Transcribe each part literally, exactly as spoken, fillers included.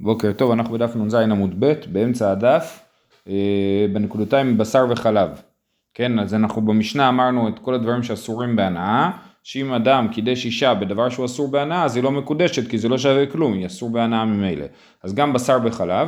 בוקר טוב, אנחנו בדף נ"ז עמוד ב', באמצע הדף, בנקודותיים בשר וחלב. כן, אז אנחנו במשנה אמרנו את כל הדברים שאסורים בהנאה, שאם אדם קידש אישה בדבר שהוא אסור בהנאה, אז היא לא מקודשת, כי זה לא שווה כלום, היא אסור בהנאה ממילא. אז גם בשר בחלב,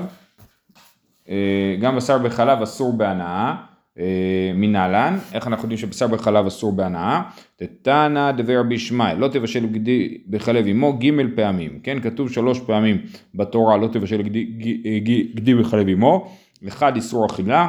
גם בשר בחלב אסור בהנאה, מנהלן. איך אנחנו יודעים שבשר בחלב אסור בהנאה? תתנא דבי רבי ישמעאל, לא תבשל גדי בחלב אמו ג' פעמים. כן, כתוב שלוש פעמים בתורה, לא תבשל גדי, גדי בחלב אמו, אחד איסור אכילה,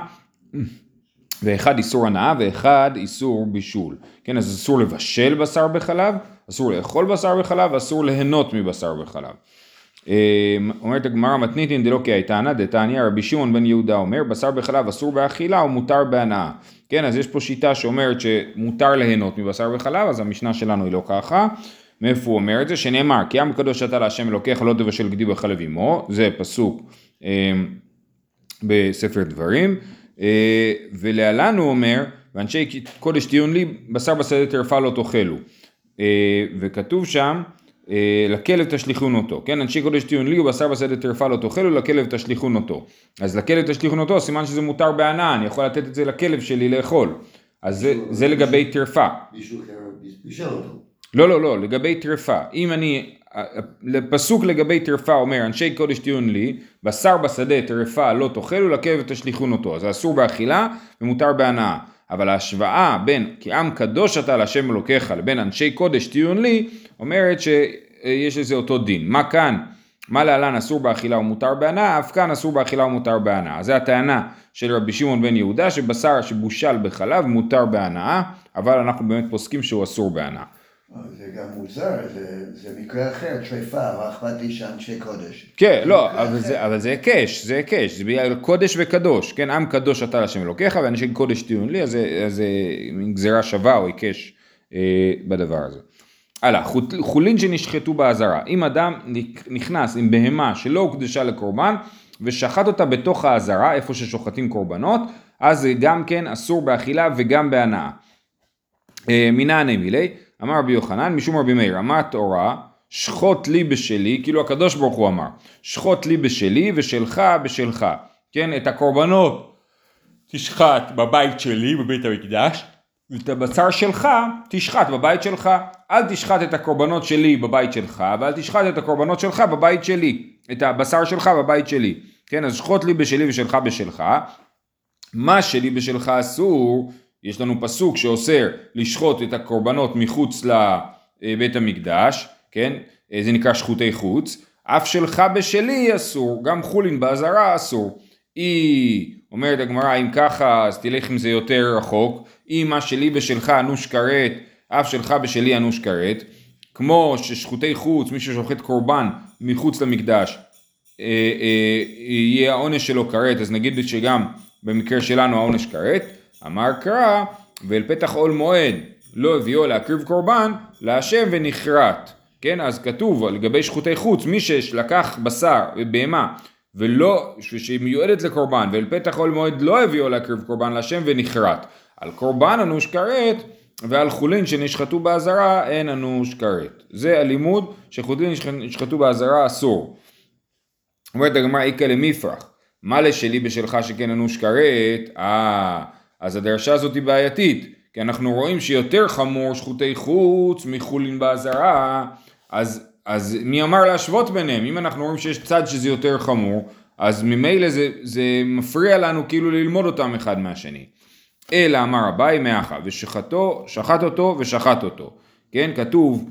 ואחד איסור הנאה, ואחד איסור בישול. כן, אז אסור לבשל בשר בחלב, אסור לאכול בשר בחלב, ואסור ליהנות מבשר בחלב. אומרת הגמרא מתניתין דלא כהייתנא דתניא, רבי שמעון בן יהודה אומר בשר בחלב אסור באכילה ומותר בהנאה. כן, אז יש פה שיטה שאומרת שמותר ליהנות מבשר בחלב, אז המשנה שלנו היא לא ככה. מאיפה הוא אומר את זה? שנאמר כי עם קדוש אתה להשם אלוקיך לא תבשל גדי בחלב אמו, זה פסוק אה, בספר דברים, אה, ולהלן הוא אומר ואנשי קודש תהיון לי בשר בשדה טרפה לא תאכלו, אה, וכתוב שם לכלב תשליכון אותו, כן, אנשי קודש תהיון לי ובשר בשדה טרפה לא תאכלו, לכלב תשליכון אותו. אז לכלב תשליכון אותו, סימן שזה מותר בהנאה, אני יכול לתת את זה לכלב שלי לאכול. אז זה, זה לגבי טרפה. מישהו בישל אותו. לא, לא, לא, לגבי טרפה. אם אני, לפסוק לגבי טרפה אומר, אנשי קודש תהיון לי, בשר בשדה טרפה לא תאכלו, לכלב תשליכון אותו. אז זה אסור באכילה ומותר בהנאה. אבל ההשוואה בין כי עם קדוש אתה להשם אלוקיך לבין אנשי קודש תהיון לי, אומרת שיש לזה אותו דין. מה כאן? מה להלן אסור באכילה ומותר בהנאה? אף כאן אסור באכילה ומותר בהנאה. זה הטענה של רבי שמעון בן יהודה, שבשר שבושל בחלב מותר בהנאה, אבל אנחנו באמת פוסקים שהוא אסור בהנאה. זה גם מוזר, זה, זה מקרה אחר, טרפה, אבל אכפת לי שאנשי קודש. כן, לא, אבל זה, אבל זה הקש, זה הקש, זה בגלל קודש וקדוש, כן, עם קדוש אתה להשם אלוקיך, ואנשי קודש תהיון לי, אז זה גזירה שווה או הקש אה, בדבר הזה. הלאה, חולין שנשחטו בעזרה, אם אדם נכנס עם בהמה שלא הוקדשה לקורבן, ושחט אותה בתוך העזרה, איפה ששוחטים קורבנות, אז זה גם כן אסור באכילה וגם בהנאה. אה, מנעני מילי, אמר רבי יוחנן, משום רבי מאיר, אמר תורה, שחוט לי בשלי, כאילו הקדוש ברוך הוא אמר, שחוט לי בשלי ושלך בשלך, כן, את הקורבנות תשחט בבית שלי, בבית המקדש, ואת הבשר שלך תשחט בבית שלך, אל תשחט את הקורבנות שלי בבית שלך, ואל תשחט את הקורבנות שלך בבית שלי, את הבשר שלך בבית שלי, כן, אז שחוט לי בשלי ושלך בשלך, מה שלי בשלך אסור, יש לנו פסוק שאוסר לשחוט את הקורבנות מחוץ לבית המקדש, כן? זה נקרא שחוטי חוץ. אף שלך בשלי אסור, גם חולין בעזרה אסור. היא אומרת הגמרא, אם ככה, אז תלך עם זה יותר רחוק. אם מה שלי בשלך אנוש כרת, אף שלך בשלי אנוש כרת. כמו ששחוטי חוץ, מי ששוחט קורבן מחוץ למקדש, אה, אה, יהיה העונש שלו כרת, אז נגיד שגם במקרה שלנו העונש כרת. אמר קרא, ואל פתח עול מועד לא הביאו להקריב קורבן להשם ונחרט. כן, אז כתוב לגבי שחוטי חוץ, מי שלקח בשר ובהמה ולא, שהיא מיועדת לקורבן, ואל פתח עול מועד לא הביאו להקריב קורבן להשם ונחרט. על קורבן אנוש כרת, ועל חולין שנשחטו בעזרה אין אנוש כרת. זה הלימוד שחולין שנשחטו בעזרה אסור. אומרת הגמרא איקה למפרח, מה לשלי בשלך שכן אנוש כרת? אה... אז הדרשה הזאת היא בעייתית, כי אנחנו רואים שיותר חמור שחוטי חוץ מחולין בעזרה, אז, אז מי אמר להשוות ביניהם? אם אנחנו רואים שיש צד שזה יותר חמור, אז ממילא זה, זה מפריע לנו כאילו ללמוד אותם אחד מהשני. אלא אמר אביי מאחה, ושחטו, שחט אותו ושחט אותו. כן, כתוב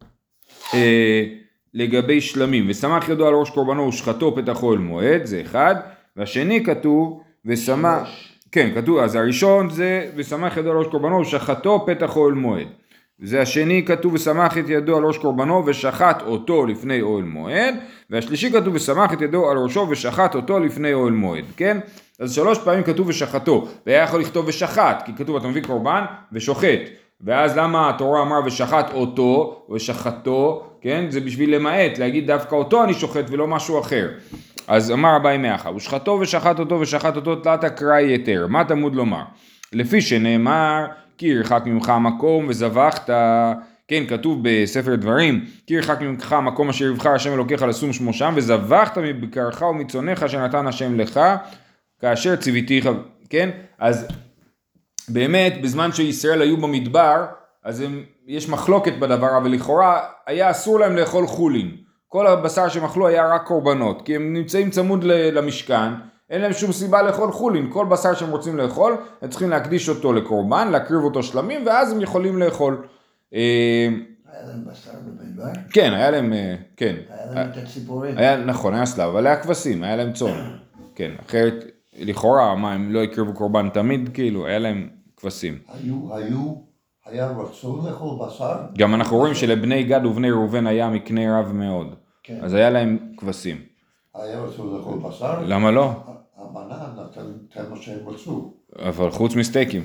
אה, לגבי שלמים, ושמח ידו על ראש קורבנו ושחטו פתח אוהל מועד, זה אחד, והשני כתוב, ושמח... כן, כתוב, אז הראשון זה ושמח ידו על ראש קורבנו ושחטו פתח אוהל מועד. זה השני כתוב ושמח את ידו על ראש קורבנו ושחט אותו לפני אוהל מועד. והשלישי כתוב ושמח את ידו על ראשו ושחט אותו לפני אוהל מועד, כן? אז שלוש פעמים כתוב ושחטו, והיה יכול לכתוב ושחט, כי כתוב אתה מביא קורבן ושוחט. ואז למה התורה אמרה ושחט אותו ושחטו, כן? זה בשביל למעט, להגיד דווקא אותו אני שוחט ולא משהו אחר. אז אמר אביי מאחה, ושחטו ושחט אותו ושחט אותו תלת אקראי יתר. מה תמוד לומר? לפי שנאמר, כי ירחק ממך המקום וזבחת, כן, כתוב בספר דברים, כי ירחק ממך המקום אשר יבחר השם אלוקיך לשום שמו שם, וזבחת מבקרך ומצונך שנתן השם לך, כאשר ציוויתיך, כן? אז באמת, בזמן שישראל היו במדבר, אז הם, יש מחלוקת בדבר, אבל לכאורה היה אסור להם לאכול חולין. כל הבשר שהם אכלו היה רק קורבנות, כי הם נמצאים צמוד למשכן, אין להם שום סיבה לאכול חולין. כל בשר שהם רוצים לאכול, הם צריכים להקדיש אותו לקורבן, להקריב אותו שלמים, ואז הם יכולים לאכול. היה להם בשר במדבר? כן, היה להם, כן. היה להם את הציפורים. היה, נכון, היה סלב, אבל היה כבשים, היה להם צאן. כן, אחרת, לכאורה, מה, הם לא יקריבו קורבן תמיד, כאילו, היה להם כבשים. היו, היו, היה רצון לאכול בשר? גם אנחנו רואים שלבני גד ובני ראובן היה מקנה רב מאוד. כן. אז היה להם כבשים. היה רצון לאכול בשר? למה לא? המנה נתן מה שהם רצו. אבל חוץ מסטייקים.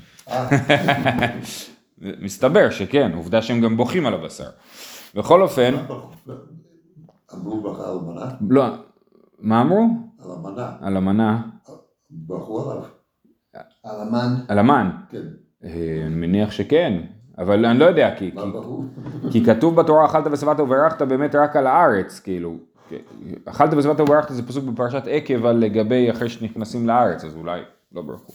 מסתבר שכן, עובדה שהם גם בוכים על הבשר. בכל אופן... אמרו בך על המנה? לא, מה אמרו? על המנה. על המנה. ברכו עליו. על המן? על המן. כן. אני מניח שכן, אבל אני לא יודע, כי, כי, כי כתוב בתורה אכלת ושבעת וברכת באמת רק על הארץ, כאילו, אכלת ושבעת וברכת זה פסוק בפרשת עקב על לגבי אחרי שנכנסים לארץ, אז אולי לא ברכו.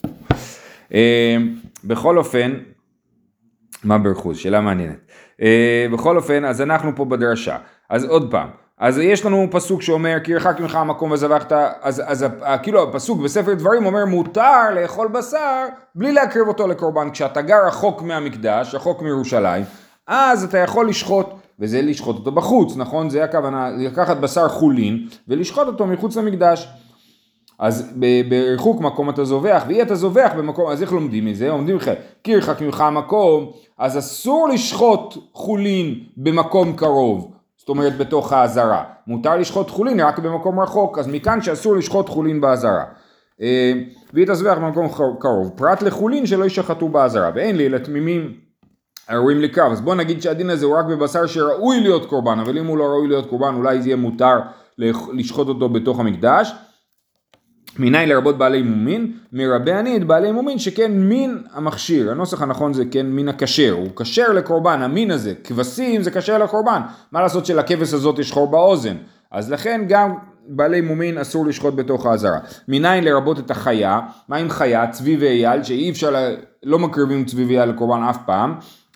בכל אופן, מה ברכו? שאלה מעניינת. בכל אופן, אז אנחנו פה בדרשה, אז עוד פעם, אז יש לנו פסוק שאומר, כי ירחק ממך המקום וזבחת, אז, אז כאילו הפסוק בספר דברים אומר, מותר לאכול בשר, בלי להקריב אותו לקורבן, כשאתה גר רחוק מהמקדש, רחוק מירושלים, אז אתה יכול לשחוט, וזה לשחוט אותו בחוץ, נכון? זה הכוונה, לקחת בשר חולין, ולשחוט אותו מחוץ למקדש. אז ברחוק מקום אתה זובח, ואי אתה זובח במקום, אז איך לומדים מזה? לומדים לך, כי ירחק ממך המקום, אז אסור לשחוט חולין במקום קרוב, זאת אומרת בתוך העזרה. מותר לשחוט חולין רק במקום רחוק, אז מכאן שאסור לשחוט חולין בעזרה. ואי תזבח במקום קרוב, פרט לחולין שלא ישחטו בעזרה, ואין לי לתמימים הראויים לקרב. אז בוא נגיד שהדין הזה הוא רק בבשר שראוי להיות קורבן, אבל אם הוא לא ראוי להיות קורבן, אולי זה יהיה מותר לשחוט אותו בתוך המקדש. מיני לרבות בעלי מומין, מרבה אני את בעלי מומין שכן מין המכשיר, הנוסח הנכון זה כן מין הכשר, הוא כשר לקורבן, המין הזה, כבשים זה כשר לקורבן, מה לעשות שלכבש הזאת יש חור באוזן, אז לכן גם בעלי מומין אסור לשחוט בתוך העזרה. מיני לרבות את החיה, מה עם חיה, צבי ואייל, שאי אפשר, לא מקריבים צבי ואייל לקורבן אף פעם,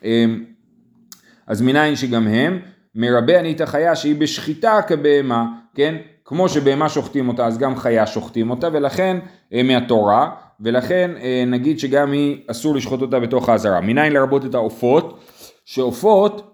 אז מיני שגם הם, מרבה אני את החיה שהיא בשחיטה כבהמה, כן? כמו שבהמה שוחטים אותה, אז גם חיה שוחטים אותה, ולכן מהתורה, ולכן נגיד שגם היא אסור לשחוט אותה בתוך העזרה. מניין לרבות את העופות, שעופות,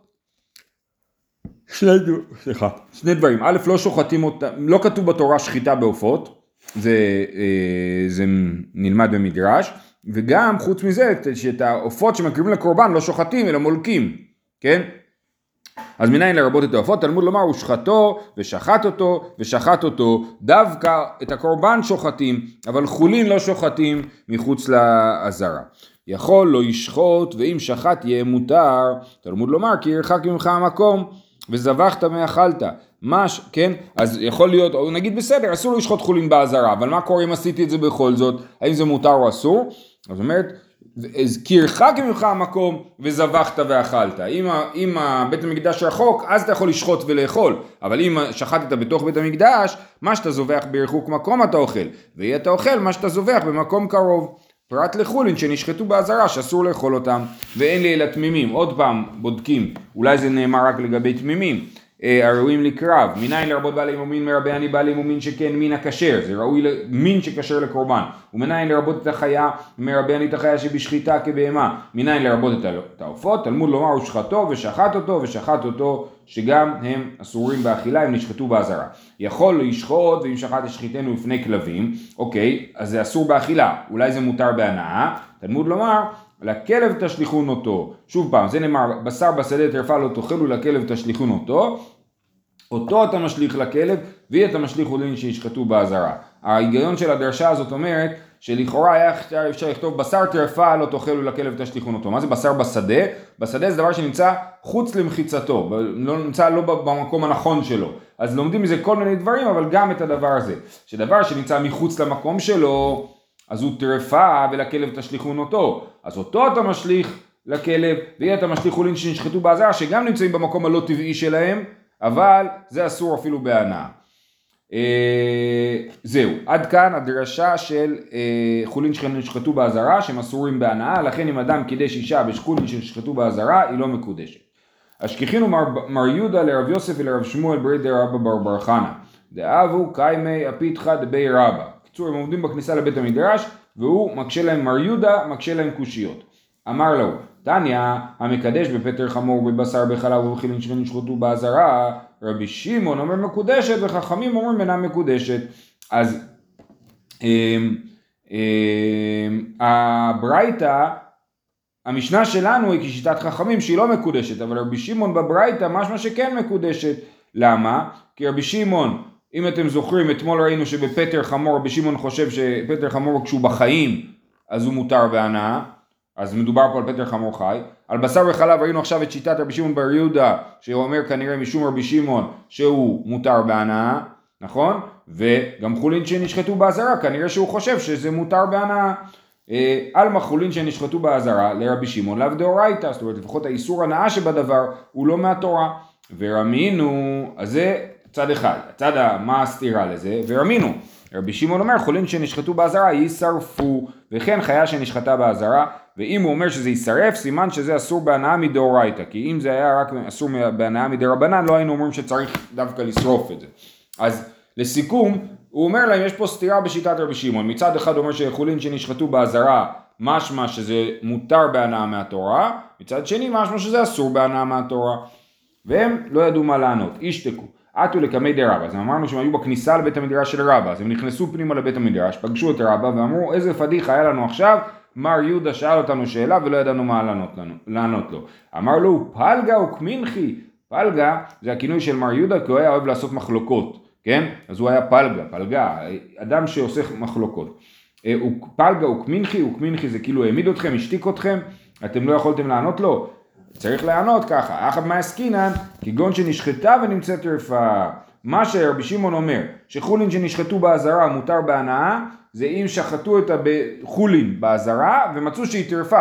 שני, סליחה, שני דברים. א', לא שוחטים אותה, לא כתוב בתורה שחיטה בעופות, זה, זה נלמד במדרש, וגם חוץ מזה, שאת העופות שמקריבים לקורבן לא שוחטים, אלא מולקים, כן? אז מניין לרבות את העופות, תלמוד לומר, הוא שחטו ושחט אותו ושחט אותו, דווקא את הקורבן שוחטים, אבל חולין לא שוחטים מחוץ לעזרה. יכול לא ישחוט, ואם שחט יהיה מותר, תלמוד לומר, כי ירחק ממך המקום, וזבחת מאכלת. מש, כן? אז יכול להיות, או נגיד בסדר, אסור לשחוט חולין בעזרה, אבל מה קורה אם עשיתי את זה בכל זאת? האם זה מותר או אסור? אז אומרת, כי ירחק ממך המקום וזבחת ואכלת. אם, אם בית המקדש רחוק, אז אתה יכול לשחוט ולאכול. אבל אם שחטת בתוך בית המקדש, מה שאתה זובח ברחוק מקום אתה אוכל. ואי אתה אוכל מה שאתה זובח במקום קרוב. פרט לחולין שנשחטו בעזרה שאסור לאכול אותם. ואין לי אלא תמימים. עוד פעם בודקים. אולי זה נאמר רק לגבי תמימים. הראויים לקרב, מניין לרבות בעלי מומין מרבה אני בעלי מומין שכן מין הכשר, זה ראוי למין שכשר לקורבן, ומניין לרבות את החיה מרבה אני את החיה שבשחיטה כבהמה, מניין לרבות את העופות, תלמוד לומר הוא שחטו ושחט אותו ושחט אותו שגם הם אסורים באכילה, הם נשחטו בעזרה. יכול לשחוט ואם שחט ישחיטנו לפני כלבים, אוקיי, אז זה אסור באכילה, אולי זה מותר בהנאה, תלמוד לומר לכלב תשליכון אותו, שוב פעם, זה נאמר, בשר בשדה טרפה לא תאכלו, לכלב תשליכון אותו, אותו אתה משליך לכלב, ואי אתה משליך חולין שישחטו בעזרה. ההיגיון של הדרשה הזאת אומרת, שלכאורה היה אפשר לכתוב, בשר טרפה לא תאכלו, לכלב תשליכון אותו. מה זה בשר בשדה? בשדה זה דבר שנמצא חוץ למחיצתו, לא נמצא לא במקום הנכון שלו. אז לומדים מזה כל מיני דברים, אבל גם את הדבר הזה, שדבר שנמצא מחוץ למקום שלו, אז הוא טרפה ולכלב תשליכון אותו, אז אותו אתה משליך לכלב, ויהיה אתה משליך חולין שנשחטו בעזרה, שגם נמצאים במקום הלא טבעי שלהם, אבל זה אסור אפילו בהנאה. אה, זהו, עד כאן הדרשה של אה, חולין שנשחטו בעזרה, שהם אסורים בהנאה, לכן אם אדם קידש אישה בחולין שנשחטו בעזרה, היא לא מקודשת. השכיחינו מר, מר יהודה לרב יוסף ולרב שמואל ברי די רבא בר בר חנה, דאבו קיימי הפיתחא דבי רבא. קיצור, הם עומדים בכניסה לבית המדרש, והוא מקשה להם, מר יהודה מקשה להם קושיות. אמר לו, תניא, המקדש בפטר חמור, בבשר, בחלב ובחילין שנשחטו בעזרה, רבי שמעון אומר מקודשת, וחכמים אומרים אינה מקודשת. אז אמ, אמ, הברייתא, המשנה שלנו היא כשיטת חכמים שהיא לא מקודשת, אבל רבי שמעון בברייתא משמע שכן מקודשת. למה? כי רבי שמעון, אם אתם זוכרים, אתמול ראינו שבפטר חמור, רבי שמעון חושב שפטר חמור כשהוא בחיים, אז הוא מותר בהנאה, אז מדובר פה על פטר חמור חי. על בשר וחלב ראינו עכשיו את שיטת רבי שמעון בר יהודה, שהוא אומר כנראה משום רבי שמעון שהוא מותר בהנאה, נכון? וגם חולין שנשחטו בעזרה, כנראה שהוא חושב שזה מותר בהנאה. על מחולין שנשחטו בעזרה לרבי שמעון לאו דאורייתא, זאת אומרת לפחות האיסור הנאה שבדבר הוא לא מהתורה. ורמינו, אז זה צד אחד, צד מה הסתירה לזה, ורמינו, רבי שמעון אומר חולין שנשחטו בעזרה יישרפו, וכן חיה שנשחטה בעזרה, ואם הוא אומר שזה יישרף, סימן שזה אסור בהנאה מדאורייתא, כי אם זה היה רק אסור בהנאה מדרבנן, לא היינו אומרים שצריך דווקא לשרוף את זה. אז לסיכום, הוא אומר להם יש פה סתירה בשיטת רבי שמעון, מצד אחד הוא אומר שחולין שנשחטו בעזרה, משמע שזה מותר בהנאה מהתורה, מצד שני משמע שזה אסור בהנאה מהתורה, והם לא ידעו מה לענות, ישתקו. עטו לקמי די רבא, אז אמרנו שהם היו בכניסה לבית המדרש של רבא, אז הם נכנסו פנימה לבית המדרש, פגשו את רבא ואמרו איזה פדיחה היה לנו עכשיו, מר יהודה שאל אותנו שאלה ולא ידענו מה לענות, לנו, לענות לו. אמר לו פלגה וקמנחי, פלגה זה הכינוי של מר יהודה כי הוא היה אוהב לעשות מחלוקות, כן? אז הוא היה פלגה, פלגה, אדם שעושה מחלוקות. פלגה וקמנחי, וקמנחי זה כאילו העמיד אתכם, השתיק אתכם, אתם לא יכולתם לענות לו. צריך לענות ככה, אחת מה עסקינן, כגון שנשחטה ונמצאת טרפה. מה שרבי שמעון אומר, שחולין שנשחטו בעזרה מותר בהנאה, זה אם שחטו אותה בחולין בעזרה ומצאו שהיא טרפה.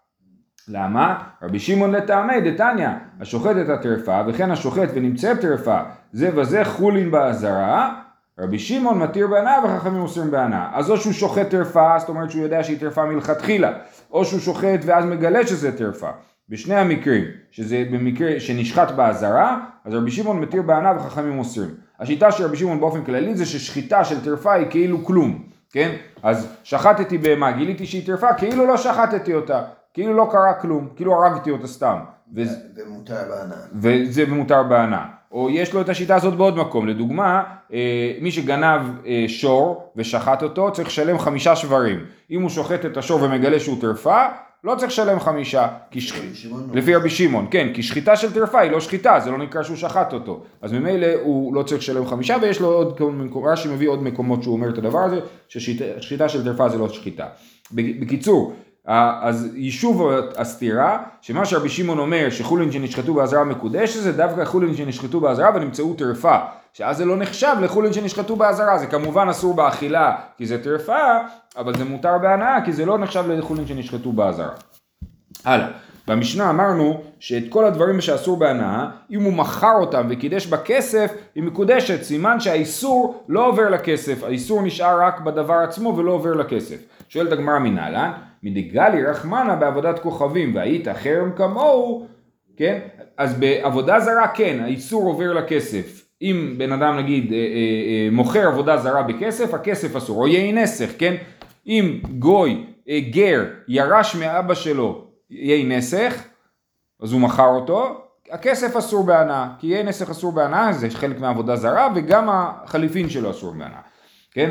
למה? רבי שמעון לטעמי דתניא, השוחט את הטרפה וכן השוחט ונמצאת טרפה, זה וזה חולין בעזרה, רבי שמעון מתיר בהנאה וחכמים אוסרים בהנאה. אז או שהוא שוחט טרפה, זאת אומרת שהוא יודע שהיא טרפה מלכתחילה, או שהוא שוחט ואז מגלה שזה טרפה. בשני המקרים, שזה במקרה שנשחט בעזרה, אז רבי שמעון מתיר בהנאה וחכמים אוסרים. השיטה של רבי שמעון באופן כללי זה ששחיטה של טרפה היא כאילו כלום, כן? אז שחטתי בהמה, גיליתי שהיא טרפה, כאילו לא שחטתי אותה, כאילו לא קרה כלום, כאילו הרגתי אותה סתם. ומותר בהנאה. וזה במותר בהנאה. או יש לו את השיטה הזאת בעוד מקום, לדוגמה, מי שגנב שור ושחט אותו צריך לשלם חמישה שברים. אם הוא שוחט את השור ומגלה שהוא טרפה, לא צריך לשלם חמישה, שח... לפי רבי שמעון, כן, כי שחיטה של טרפה היא לא שחיטה, זה לא נקרא שהוא שחט אותו, אז ממילא הוא לא צריך לשלם חמישה, ויש לו עוד מקומות, שמביא עוד מקומות שהוא אומר את הדבר הזה, ששחיטה של טרפה זה לא שחיטה. בקיצור, אז יישוב הסתירה, שמה שרבי שמעון אומר שחולין שנשחטו בעזרה מקודש, זה דווקא חולין שנשחטו בעזרה ונמצאו טרפה, שאז זה לא נחשב לחולין שנשחטו בעזרה, זה כמובן אסור באכילה כי זה טרפה, אבל זה מותר בהנאה כי זה לא נחשב לחולין שנשחטו בעזרה. הלאה, במשנה אמרנו שאת כל הדברים שאסור בהנאה, אם הוא מכר אותם וקידש בכסף, היא מקודשת, סימן שהאיסור לא עובר לכסף, האיסור נשאר רק בדבר עצמו ולא עובר לכסף. שואלת הגמרא מנהלן, מדגלי רחמנה בעבודת כוכבים והיית חרם כמוהו, כן? אז בעבודה זרה כן, האיסור עובר לכסף. אם בן אדם נגיד אה, אה, אה, מוכר עבודה זרה בכסף, הכסף אסור, או יהיה נסך, כן? אם גוי, אה, גר, ירש מאבא שלו יהיה נסך, אז הוא מכר אותו, הכסף אסור בהנאה, כי יהיה נסך אסור בהנאה, זה חלק מהעבודה זרה, וגם החליפין שלו אסור בהנאה, כן?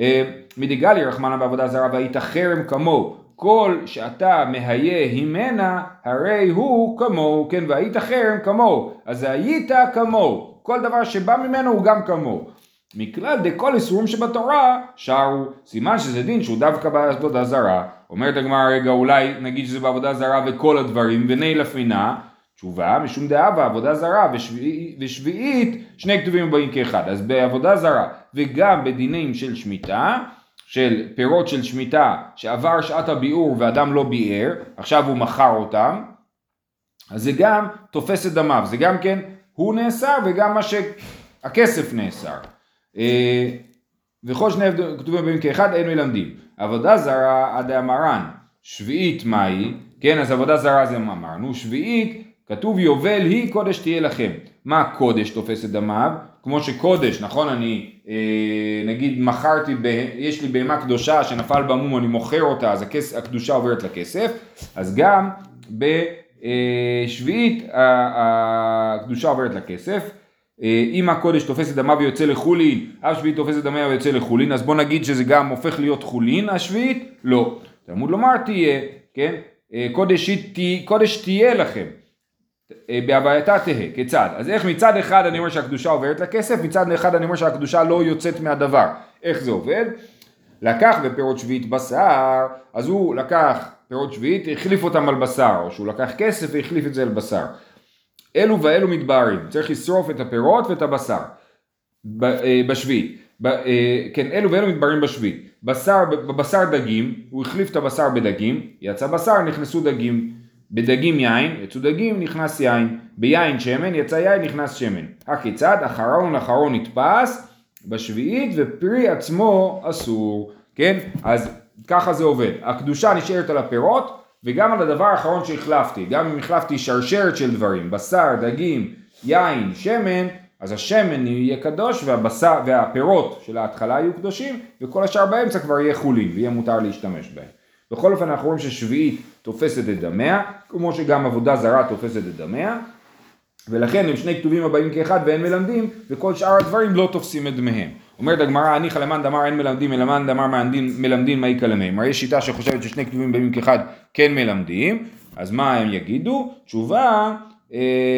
מדגלי רחמנה בעבודה זרה והיית חרם כמוהו, כל שאתה מהיה הימנה, הרי הוא כמוהו, כן? והיית חרם כמוהו, אז היית כמוהו, כל דבר שבא ממנו הוא גם כמוהו. מכלל דכל איסורים שבתורה שרו, סימן שזה דין שהוא דווקא בעבודה זרה. אומרת הגמרא, רגע, אולי נגיד שזה בעבודה זרה וכל הדברים, ונילף מינה, תשובה, משום דאבה, עבודה זרה ושביעית, ושביעית, שני כתובים באים כאחד. אז בעבודה זרה וגם בדינים של שמיטה, של פירות של שמיטה שעבר שעת הביאור ואדם לא ביאר, עכשיו הוא מכר אותם, אז זה גם תופס את דמיו, זה גם כן הוא נאסר וגם מה שהכסף נאסר. וכל שני כתובים בהם כאחד אין מלמדים. עבודה זרה עד המרן, שביעית מהי, כן, אז עבודה זרה זה מה אמרנו, שביעית כתוב יובל היא קודש תהיה לכם. מה קודש תופס את דמיו? כמו שקודש, נכון, אני אה, נגיד מכרתי, ב, יש לי בהמה קדושה שנפל במום, אני מוכר אותה, אז הכס, הקדושה עוברת לכסף, אז גם בשביעית הקדושה עוברת לכסף. אם הקודש תופס את דמיו ויוצא לחולין, אף שביעית תופס את דמיו ויוצא לחולין, אז בוא נגיד שזה גם הופך להיות חולין, השביעית? לא. תלמוד לומר תהיה, כן? קודש, קודש תהיה לכם. בהווייתה תהיה, כיצד? אז איך מצד אחד אני אומר שהקדושה עוברת לכסף, מצד אחד אני אומר שהקדושה לא יוצאת מהדבר. איך זה עובד? לקח בפירות שביעית בשר, אז הוא לקח פירות שביעית, החליף אותם על בשר, או שהוא לקח כסף והחליף את זה על בשר. אלו ואלו מתבהרים, צריך לשרוף את הפירות ואת הבשר בשביעית. כן, אלו ואלו מתבהרים בשביעית. בשר, בבשר דגים, הוא החליף את הבשר בדגים, יצא בשר, נכנסו דגים. בדגים יין, יצאו דגים, נכנס יין. ביין שמן, יצא יין, נכנס שמן. הכיצד? אחרון אחרון נתפס בשביעית ופרי עצמו אסור. כן? אז ככה זה עובד. הקדושה נשארת על הפירות, וגם על הדבר האחרון שהחלפתי, גם אם החלפתי שרשרת של דברים, בשר, דגים, יין, שמן, אז השמן יהיה קדוש והבשר והפירות של ההתחלה יהיו קדושים, וכל השאר באמצע כבר יהיה חולין ויהיה מותר להשתמש בהם. בכל אופן אנחנו רואים ששביעית תופסת את דמיה, כמו שגם עבודה זרה תופסת את דמיה, ולכן הם שני כתובים הבאים כאחד ואין מלמדים, וכל שאר הדברים לא תופסים את דמיהם. אומרת הגמרא, אני חלמן דמר אין מלמדים, מלמן דמר מלמדים מאי כלמי. מראה שיטה שחושבת ששני כתובים באים כאחד כן מלמדים, אז מה הם יגידו? תשובה, אה,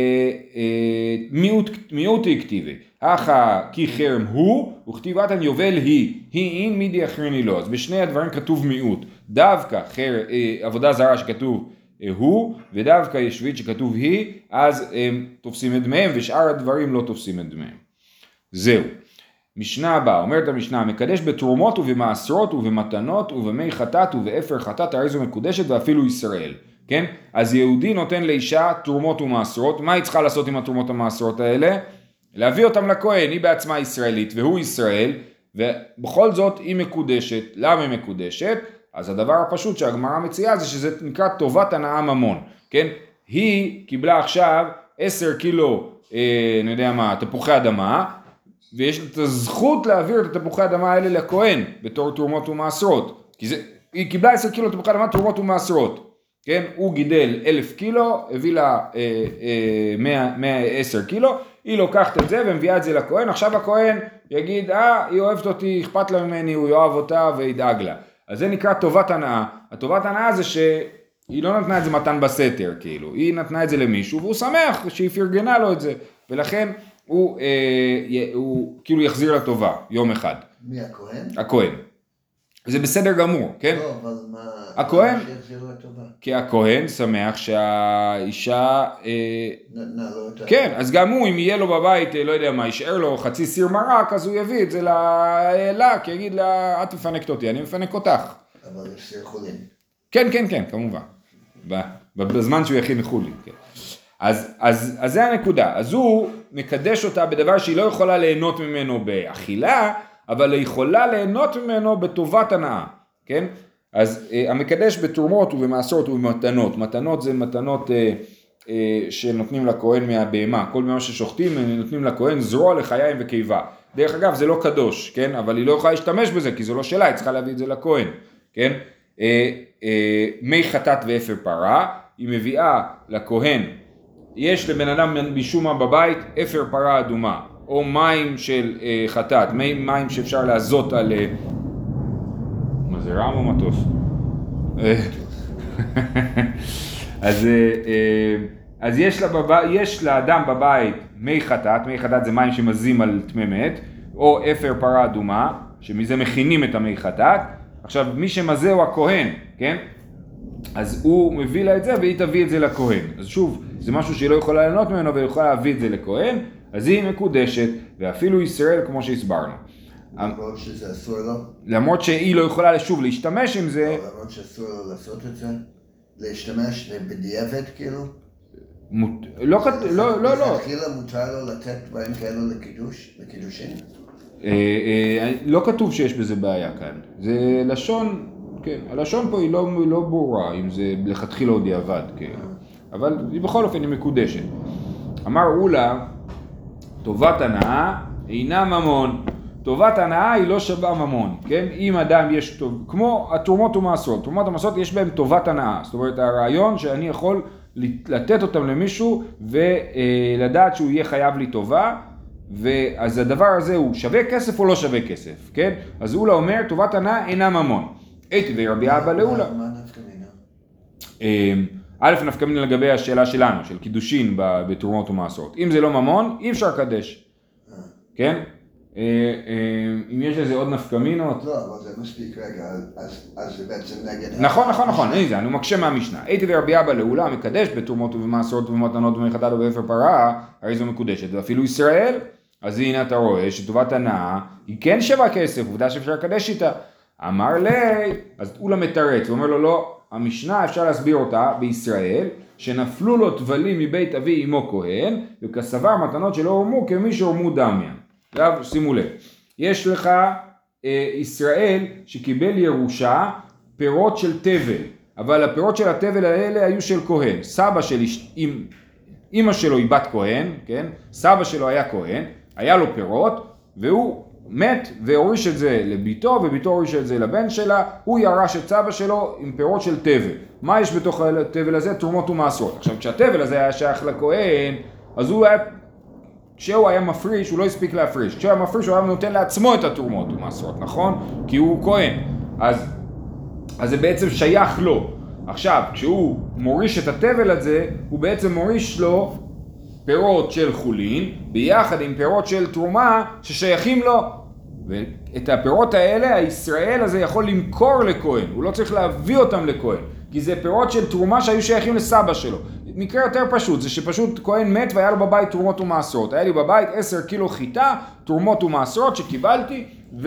אה, מיעוט, מיעוט הכתיבי. אחא כי חרם הוא, וכתיבתן יובל היא, היא אין מידי אחריני לא. אז בשני הדברים כתוב מיעוט. דווקא חר, אה, עבודה זרה שכתוב אה, הוא, ודווקא ישבית שכתוב היא, אז הם תופסים את דמיהם, ושאר הדברים לא תופסים את דמיהם. זהו. משנה הבאה, אומרת המשנה, מקדש בתרומות ובמעשרות ובמתנות ובמי חטאת ובאפר חטאת, הרי זו מקודשת ואפילו ישראל, כן? אז יהודי נותן לאישה תרומות ומעשרות, מה היא צריכה לעשות עם התרומות המעשרות האלה? להביא אותם לכהן, היא בעצמה ישראלית והוא ישראל, ובכל זאת היא מקודשת. למה היא מקודשת? אז הדבר הפשוט שהגמרא מציעה זה שזה נקרא טובת הנאה ממון, כן? היא קיבלה עכשיו עשר קילו, אה, אני יודע מה, תפוחי אדמה, ויש את הזכות להעביר את התפוחי האדמה האלה לכהן בתור תרומות ומעשרות, כי זה, היא קיבלה עשר קילו תפוחי אדמה תרומות ומעשרות, כן? הוא גידל אלף קילו, הביא לה אה, אה, מאה, מאה עשר קילו, היא לוקחת את זה ומביאה את זה לכהן, עכשיו הכהן יגיד, אה, היא אוהבת אותי, אכפת לה ממני, הוא יאהב אותה וידאג לה. אז זה נקרא טובת הנאה. הטובת הנאה זה שהיא לא נתנה את זה מתן בסתר, כאילו, היא נתנה את זה למישהו והוא שמח שהיא פרגנה לו את זה, ולכן הוא, אה, הוא כאילו יחזיר לטובה יום אחד. מי הכהן? הכהן. זה בסדר גמור, כן? לא, אבל מה... הכהן? שיחזיר לטובה. כי הכהן שמח שהאישה... אה, נתנה לו את... כן, אז גם הוא, אם יהיה לו בבית, לא יודע מה, יישאר לו חצי סיר מרק, אז הוא יביא את זה לה, כי יגיד לה, את מפנקת אותי, אני מפנק אותך. אבל יש סיר חולין. כן, כן, כן, כמובן. בזמן שהוא יכין חולין, כן. אז, אז, אז זה הנקודה. אז הוא מקדש אותה בדבר שהיא לא יכולה ליהנות ממנו באכילה, אבל היא יכולה ליהנות ממנו בטובת הנאה, כן? אז אה, המקדש בתרומות ובמעשרות ובמתנות. מתנות זה מתנות אה, אה, שנותנים לכהן מהבהמה. כל מה ששוחטים נותנים לכהן זרוע לחיים וקיבה. דרך אגב זה לא קדוש, כן? אבל היא לא יכולה להשתמש בזה כי זה לא שלה, היא צריכה להביא את זה לכהן, כן? אה, אה, מי חטאת ואפר פרה, היא מביאה לכהן, יש לבן אדם משום מה בבית אפר פרה אדומה, או מים של אה, חטאת, מים שאפשר לעזות על... אה, מה זה רם או מטוס? אז, אה, אה, אז יש, לה בב... יש לאדם בבית מי חטאת, מי חטאת זה מים שמזים על תממת, או אפר פרה אדומה, שמזה מכינים את המי חטאת. עכשיו מי שמזה הוא הכהן, כן? אז הוא מביא לה את זה והיא תביא את זה לכהן. אז שוב, זה משהו שהיא לא יכולה ליהנות ממנו והיא יכולה להביא את זה לכהן, אז היא מקודשת ואפילו ישראל כמו שהסברנו. למרות שזה אסור לו? למרות שהיא לא יכולה שוב להשתמש עם זה. לא, למרות שאסור לו לעשות את זה? להשתמש בדיעבד כאילו? מות... לא, לא, לא, לא. לכתחילה מותר לו לתת דברים כאלו לקידוש, לקידושין? אה, אה, לא כתוב שיש בזה בעיה כאן. זה לשון, כן, הלשון פה היא לא, לא ברורה, אם זה לכתחילה או דיעבד, כן. אבל בכל אופן היא מקודשת. אמר אולה, טובת הנאה אינה ממון. טובת הנאה היא לא שווה ממון, כן? אם אדם יש טוב, כמו התרומות ומעשרות, תרומות ומעשרות יש בהם טובת הנאה, זאת אומרת הרעיון שאני יכול לתת אותם למישהו ולדעת שהוא יהיה חייב לי טובה, ואז הדבר הזה הוא שווה כסף או לא שווה כסף, כן? אז אולה אומר טובת הנאה אינה ממון. הייתי ורבי אבא לאולה. מה נפקא מינה? א' נפקא מינה לגבי השאלה שלנו, של קידושין בתרומות ומעשרות. אם זה לא ממון, אי אפשר לקדש, כן? אם יש לזה עוד נפקמינות. לא, אבל זה מספיק רגע, אז זה בעצם נגד... נכון, נכון, נכון, הנה, אני מקשה מהמשנה. הייתי ורבי אבא לאולה מקדש בתרומות ובמעשרות ובמתנות ומחטאת ובאפר פרה, הרי זו מקודשת, ואפילו ישראל, אז הנה אתה רואה שטובת הנאה היא כן שווה כסף, עובדה שאפשר לקדש איתה. אמר לי, אז אולה מתרץ, הוא אומר לו לא, המשנה אפשר להסביר אותה בישראל, שנפלו לו טבלים מבית אבי אמו כהן, וכסבר מתנות שלא הורמו כמי שהורמו דמיין. עכשיו שימו לב, יש לך אה, ישראל שקיבל ירושה פירות של תבל, אבל הפירות של התבל האלה היו של כהן, סבא של אמ, אמא שלו היא בת כהן, כן? סבא שלו היה כהן, היה לו פירות, והוא מת והוריש את זה לביתו, וביתו הוריש את זה לבן שלה, הוא ירש את סבא שלו עם פירות של תבל. מה יש בתוך התבל הזה? תרומות ומעשרות. עכשיו כשהתבל הזה היה שייך לכהן, אז הוא היה... כשהוא היה מפריש, הוא לא הספיק להפריש. כשהוא היה מפריש, הוא היה נותן לעצמו את התרומות ומעשרות, נכון? כי הוא כהן. אז, אז זה בעצם שייך לו. עכשיו, כשהוא מוריש את התבל הזה, הוא בעצם מוריש לו פירות של חולין, ביחד עם פירות של תרומה ששייכים לו. ואת הפירות האלה, הישראל הזה יכול למכור לכהן. הוא לא צריך להביא אותם לכהן. כי זה פירות של תרומה שהיו שייכים לסבא שלו. מקרה יותר פשוט, זה שפשוט כהן מת והיה לו בבית תרומות ומעשרות. היה לי בבית עשר קילו חיטה, תרומות ומעשרות שקיבלתי,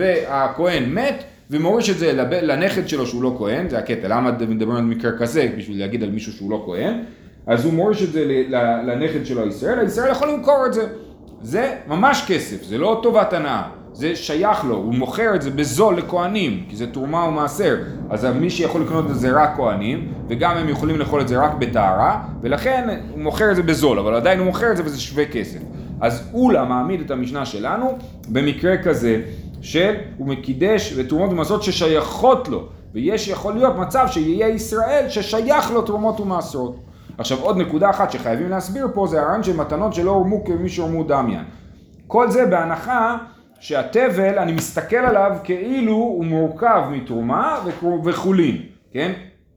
והכהן מת, ומוריש את זה לנכד שלו שהוא לא כהן, זה הקטע, למה מדברים על מקרה כזה, בשביל להגיד על מישהו שהוא לא כהן, אז הוא מוריש את זה לנכד שלו הישראל, הישראל יכול למכור את זה. זה ממש כסף, זה לא טובת הנאה. זה שייך לו, הוא מוכר את זה בזול לכהנים, כי זה תרומה ומעשר, אז מי שיכול לקנות את זה רק כהנים, וגם הם יכולים לאכול את זה רק בטהרה, ולכן הוא מוכר את זה בזול, אבל עדיין הוא מוכר את זה וזה שווה כסף. אז אולה מעמיד את המשנה שלנו במקרה כזה, של הוא מקידש ותרומות ומעשרות ששייכות לו, ויש יכול להיות מצב שיהיה ישראל ששייך לו תרומות ומעשרות. עכשיו עוד נקודה אחת שחייבים להסביר פה, זה הרעיון של מתנות שלא הורמו כמי שהורמו דמיין. כל זה בהנחה שהתבל, אני מסתכל עליו כאילו הוא מורכב מתרומה וחולין, כן?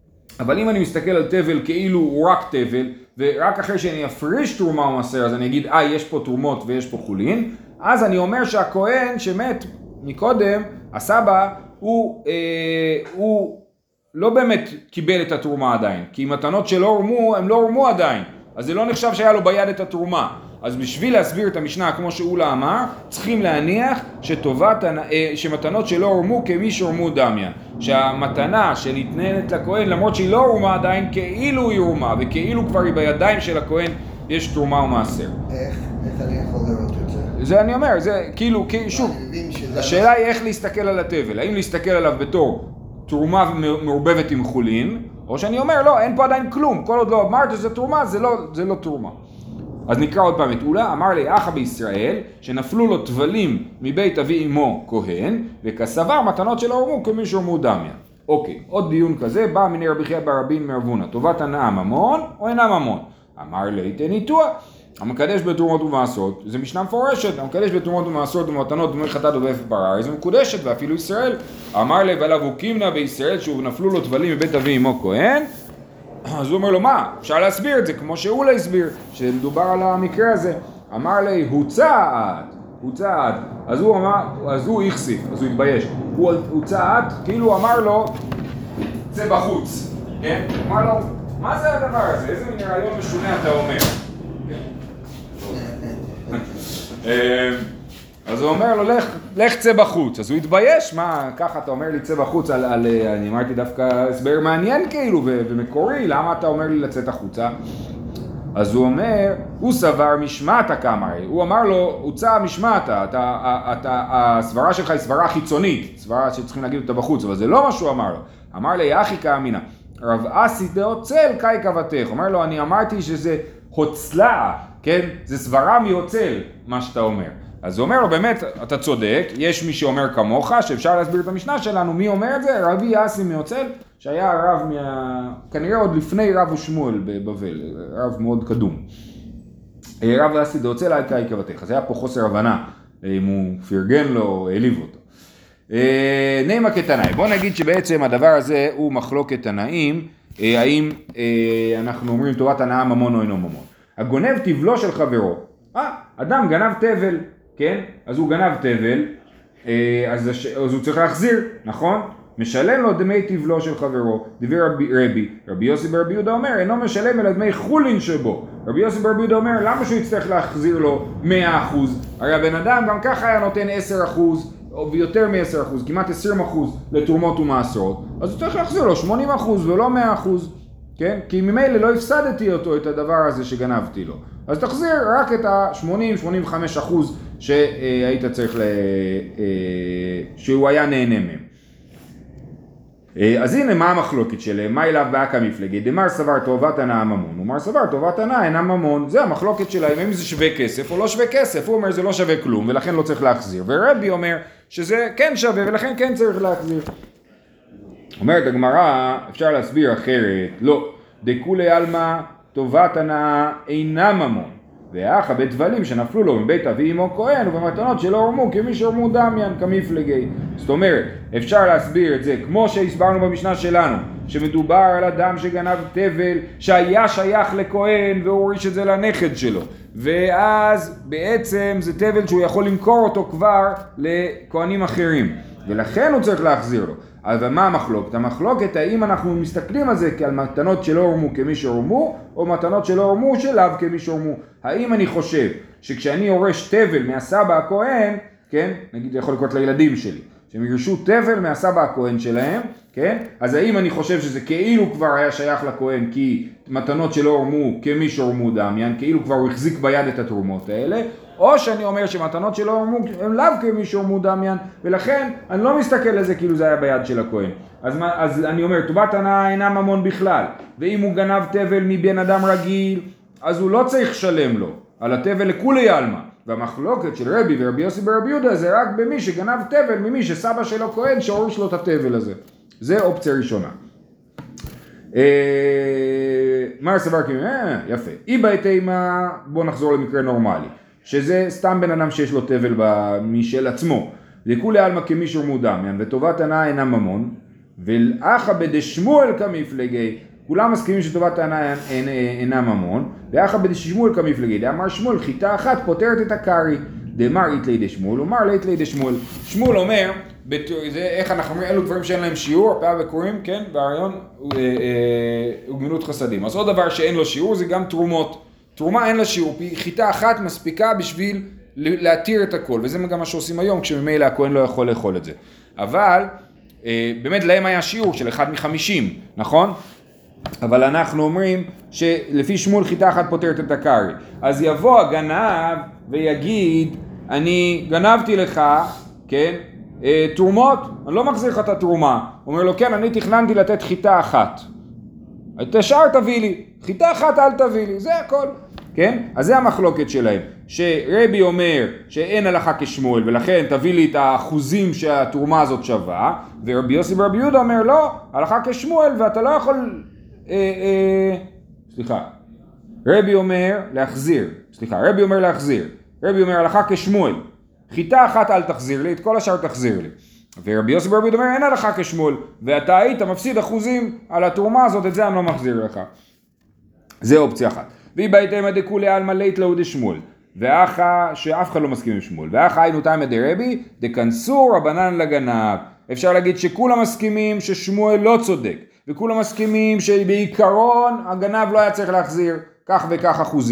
אבל אם אני מסתכל על תבל כאילו הוא רק תבל, ורק אחרי שאני אפריש תרומה ומעשר, אז אני אגיד, אה, יש פה תרומות ויש פה חולין, אז אני אומר שהכהן שמת מקודם, הסבא, הוא, אה, הוא לא באמת קיבל את התרומה עדיין, כי מתנות שלא הורמו, הם לא הורמו עדיין, אז זה לא נחשב שהיה לו ביד את התרומה. אז בשביל להסביר את המשנה כמו שאולה אמר, צריכים להניח שטובת, שמתנות שלא הורמו כמי שהורמו דמיין. שהמתנה שנתננת לכהן, למרות שהיא לא הורמה עדיין, כאילו היא הורמה, וכאילו כבר היא בידיים של הכהן, יש תרומה ומעשר. איך? איך אני יכול לראות את זה? זה אני אומר, זה כאילו, שוב, השאלה היא איך להסתכל על התבל. האם להסתכל עליו בתור תרומה מעורבבת עם חולין, או שאני אומר, לא, אין פה עדיין כלום. כל עוד לא אמרת שזה תרומה, זה לא, זה לא תרומה. אז נקרא עוד פעם את אולה, אמר לי אחא בישראל שנפלו לו טבלים מבית אבי אמו כהן וכסבר מתנות שלא הורמו כמי שהורמו דמיין. אוקיי, עוד דיון כזה, בא מיני רבי חייא בר רבין מרבונה, טובת הנאה ממון או אינה ממון? אמר לי תניתוע, המקדש בתרומות ומעשרות, זה משנה מפורשת, המקדש בתרומות ומעשרות ומתנות ומחטאת ובאפר פרה, זה מקודשת ואפילו ישראל. אמר לי ועליו הוא קימנה בישראל שוב נפלו לו טבלים מבית אבי אמו כהן, אז הוא אומר לו, מה? אפשר להסביר את זה, כמו שאולה הסביר, שמדובר על המקרה הזה. אמר לי, הוא צעד, הוא צעד. אז הוא אמר, אז הוא יחסיף, אז הוא התבייש. הוא, הוא צעד, כאילו הוא אמר לו, זה בחוץ. כן? הוא אמר לו, מה זה הדבר הזה? איזה מין רעיון משונה אתה אומר? אז הוא אומר לו, לך, לך צא בחוץ. אז הוא התבייש, מה, ככה אתה אומר לי צא בחוץ, על, על, אני אמרתי דווקא הסבר מעניין כאילו ו- ומקורי, למה אתה אומר לי לצאת החוצה? אז הוא אומר, הוא סבר משמעתה כאמרי, הוא אמר לו, הוצא משמעתה, אתה, אתה, הסברה שלך היא סברה חיצונית, סברה שצריכים להגיד אותה בחוץ, אבל זה לא מה שהוא אמר לו. אמר לי, אחי כאמינה, רב אסי דאוצל קאי כבתך, אומר לו, אני אמרתי שזה הוצלה, כן? זה סברה מהוצל, מה שאתה אומר. אז הוא אומר לו, באמת, אתה צודק, יש מי שאומר כמוך, שאפשר להסביר את המשנה שלנו, מי אומר את זה? רבי אסי מהוצל, שהיה רב, מה... כנראה עוד לפני רב ושמואל בבבל, רב מאוד קדום. רב אסי דאוצל על קאי כבתך, אז היה פה חוסר הבנה, אם הוא פרגן לו, העליב אותו. נימה כתנאי, בוא נגיד שבעצם הדבר הזה הוא מחלוקת תנאים, האם אנחנו אומרים טובת הנאה ממון או אינו ממון. הגונב תבלו של חברו, אה, אדם גנב תבל, כן? אז הוא גנב תבל, אז, אז הוא צריך להחזיר, נכון? משלם לו דמי תבלו של חברו, דבר רבי, רבי, רבי יוסי ברבי יהודה אומר, אינו משלם אלא דמי חולין שבו. רבי יוסי ברבי יהודה אומר, למה שהוא יצטרך להחזיר לו מאה אחוז? הרי הבן אדם גם ככה היה נותן עשרה אחוז, או יותר מ-עשרה אחוז, כמעט עשרים אחוז לתרומות ומעשרות, אז הוא צריך להחזיר לו שמונים אחוז ולא מאה אחוז, כן? כי ממילא לא הפסדתי אותו את הדבר הזה שגנבתי לו. אז תחזיר רק את ה-שמונים עד שמונים וחמישה אחוז שהיית צריך, ל... שהוא היה נהנה מהם. אז הנה מה המחלוקת שלהם, מה אליו באקה מפלגי, דמר סבר טובת הנאה ממון, ומר סבר טובת הנאה אינה ממון, זה המחלוקת שלהם, אם זה שווה כסף או לא שווה כסף, הוא אומר זה לא שווה כלום ולכן לא צריך להחזיר, ורבי אומר שזה כן שווה ולכן כן צריך להחזיר. אומרת הגמרא, אפשר להסביר אחרת, לא, דכולי עלמא טובת הנאה אינה ממון, ואחא בדבלים שנפלו לו מבית אבי אמו כהן ובמתנות שלא הורמו כמי שהורמו דמיין כמפלגי. זאת אומרת, אפשר להסביר את זה כמו שהסברנו במשנה שלנו, שמדובר על אדם שגנב תבל שהיה שייך לכהן והוא הוריש את זה לנכד שלו, ואז בעצם זה תבל שהוא יכול למכור אותו כבר לכהנים אחרים, ולכן הוא צריך להחזיר לו. אבל מה המחלוקת? המחלוקת האם אנחנו מסתכלים על זה כעל מתנות שלא הורמו כמי שהורמו, או מתנות שלא הורמו שלאו כמי שהורמו. האם אני חושב שכשאני יורש תבל מהסבא הכהן, כן, נגיד יכול לקרות לילדים שלי, שהם ירשו תבל מהסבא הכהן שלהם, כן, אז האם אני חושב שזה כאילו כבר היה שייך לכהן כי מתנות שלא הורמו כמי שהורמו דמיין, כאילו כבר הוא החזיק ביד את התרומות האלה, או שאני אומר שמתנות שלא הורמו הם לאו כמי שהורמו דמיין, ולכן אני לא מסתכל על זה כאילו זה היה ביד של הכהן. אז, אז אני אומר, טובת הנאה אינה ממון בכלל, ואם הוא גנב תבל מבן אדם רגיל, אז הוא לא צריך לשלם לו על התבל לכולי עלמא. והמחלוקת של רבי ורבי יוסי ברבי יהודה זה רק במי שגנב תבל ממי שסבא שלו כהן שהוריש לו את התבל הזה. זה אופציה ראשונה. מר סבר כאילו, יפה. אי בהתאמה, בוא נחזור למקרה נורמלי, שזה סתם בן אדם שיש לו תבל משל עצמו. לכולי עלמא כמי שהורמו דמיין, וטובת הנאה אינה ממון, ואחא בדשמואל כמפלגי, כולם מסכימים שטובת הנאה אינה ממון, ואחא בדשמואל כמפלגי, דאמר שמואל חיטה אחת פותרת את הקרי, דאמר אית לידי שמואל, אומר לית לידי שמואל. שמואל אומר, זה איך אנחנו אומרים, אלו דברים שאין להם שיעור, הפעה וקוראים, כן, והרעיון הוא גמילות חסדים. אז עוד דבר שאין לו שיעור זה גם תרומות. תרומה אין לה שיעור, חיטה אחת מספיקה בשביל להתיר את הכל, וזה גם מה שעושים היום כשממילא הכהן לא יכול לאכול את זה. אבל באמת להם היה שיעור של אחד מחמישים, נכון? אבל אנחנו אומרים שלפי שמואל חיטה אחת פותרת את הקרי. אז יבוא הגנב ויגיד, אני גנבתי לך, כן, תרומות, אני לא מחזיר לך את התרומה. הוא אומר לו, כן, אני תכננתי לתת חיטה אחת. את השאר תביא לי, חיטה אחת אל תביא לי, זה הכל. כן? אז זה המחלוקת שלהם, שרבי אומר שאין הלכה כשמואל ולכן תביא לי את האחוזים שהתרומה הזאת שווה, ורבי יוסי ברבי יהודה אומר לא, הלכה כשמואל ואתה לא יכול, אה, אה, סליחה, רבי אומר להחזיר, סליחה, רבי אומר להחזיר, רבי אומר הלכה כשמואל, חיטה אחת אל תחזיר לי, את כל השאר תחזיר לי. ורבי יוסי ברבי יהודה אומר אין הלכה כשמואל, ואתה היית מפסיד אחוזים על התרומה הזאת, את זה אני לא מחזיר לך. זה אופציה אחת. והיא בהתאמה דכולי עלמא לית להו דשמואל, ואחא שאף אחד לא מסכים עם שמואל, ואחא היינו תימא דרבי דכנסו רבנן לגנב. אפשר להגיד שכולם מסכימים ששמואל לא צודק, וכולם מסכימים שבעיקרון הגנב לא היה צריך להחזיר כך וכך אחוזים,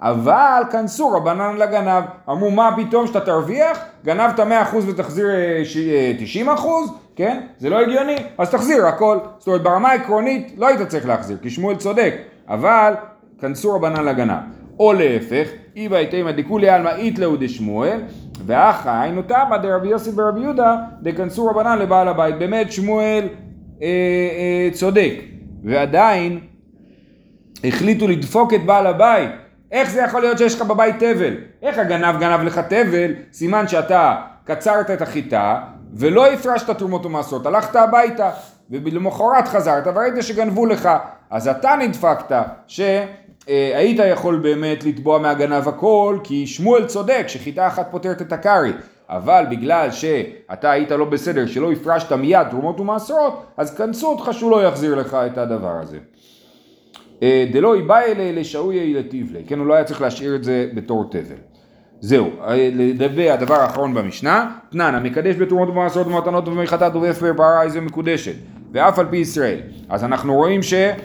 אבל כנסו רבנן לגנב, אמרו מה פתאום שאתה תרוויח, גנבת מאה אחוז ותחזיר תשעים אחוז, כן? זה לא הגיוני, אז תחזיר הכל. זאת אומרת ברמה העקרונית לא היית צריך להחזיר, כי שמואל צודק, אבל כנסו רבנן לגנב. או להפך, איבא איתימה דכולי עלמא איתלאו דשמואל, ואחא היינו תמא דרבי יוסי ברבי יהודה דכנסו רבנן לבעל הבית. באמת שמואל אה, אה, צודק, ועדיין החליטו לדפוק את בעל הבית. איך זה יכול להיות שיש לך בבית תבל? איך הגנב גנב לך תבל? סימן שאתה קצרת את החיטה ולא הפרשת תרומות ומעשרות, הלכת הביתה ולמחרת חזרת וראית שגנבו לך, אז אתה נדפקת שהיית יכול באמת לתבוע מהגנב הכל, כי שמואל צודק שחיטה אחת פותרת את הקרי, אבל בגלל שאתה היית לא בסדר, שלא הפרשת מיד תרומות ומעשרות, אז כנסו אותך שהוא לא יחזיר לך את הדבר הזה. דלא איבאי אלה לשאוי לטיב לי, כן, הוא לא היה צריך להשאיר את זה בתור תבל. זהו, לדבר הדבר האחרון במשנה, תנן, המקדש בתרומות ומעשרות ומתנות ומחטאת ובאפר פרה איזה מקודשת, ואף על פי ישראל. אז אנחנו רואים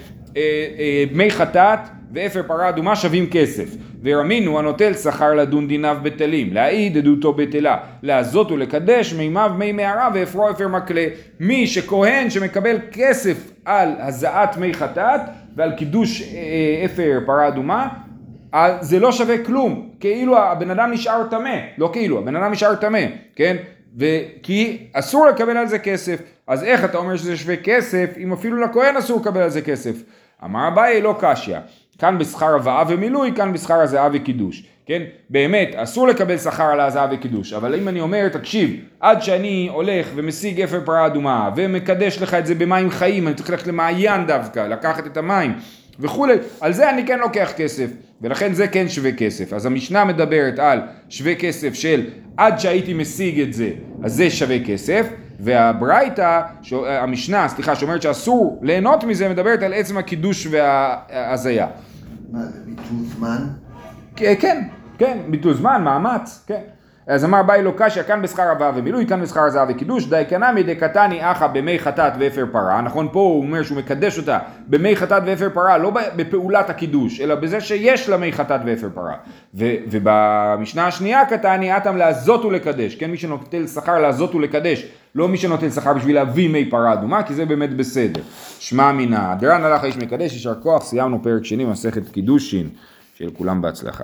שמי חטאת ואפר פרה אדומה שווים כסף, ורמינו הנוטל שכר לדון דיניו בטלים, להעיד עדותו בטלה, לעזות ולקדש מימיו מי מערה ואפרו אפר מקלה. מי שכהן שמקבל כסף על הזעת מי חטאת ועל קידוש אפר פרה אדומה, זה לא שווה כלום, כאילו הבן אדם נשאר תמה, לא כאילו, הבן אדם נשאר תמה, כן? וכי אסור לקבל על זה כסף, אז איך אתה אומר שזה שווה כסף, אם אפילו לכהן אסור לקבל על זה כסף? אמר אביי לא קשיא, כאן בשכר הבאה ומילוי, כאן בשכר הזעה וקידוש, כן? באמת, אסור לקבל שכר על הזעה וקידוש, אבל אם אני אומר, תקשיב, עד שאני הולך ומשיג אפר פרה אדומה, ומקדש לך את זה במים חיים, אני צריך ללכת למעיין דווקא, לקחת את המים, וכולי, על זה אני כן לוקח כסף, ולכן זה כן שווה כסף. אז המשנה מדברת על שווה כסף של עד שהייתי משיג את זה, אז זה שווה כסף, והברייתא, המשנה, סליחה, שאומרת שאסור ליהנות מזה, מדברת על עצם הקידוש וההזיה. מה זה, ביטול זמן? כן, כן, ביטול זמן, מאמץ, כן. אז אמר ביי לא קשיא, כאן בשכר הבאה ומילוי, כאן בשכר הזעה וקידוש, די קנמי דקתני אחא במי חטאת ואפר פרה, נכון, פה הוא אומר שהוא מקדש אותה במי חטאת ואפר פרה, לא בפעולת הקידוש, אלא בזה שיש לה מי חטאת ואפר פרה. ו- ובמשנה השנייה קטני אתם לעזות ולקדש, כן, מי שנוטל שכר לעזות ולקדש, לא מי שנוטל שכר בשביל להביא מי פרה אדומה, כי זה באמת בסדר. שמע מינה, דרן הלך האיש מקדש, יישר כוח, סיימנו פרק שני, מסכת קידושין, של כולם בהצלחה.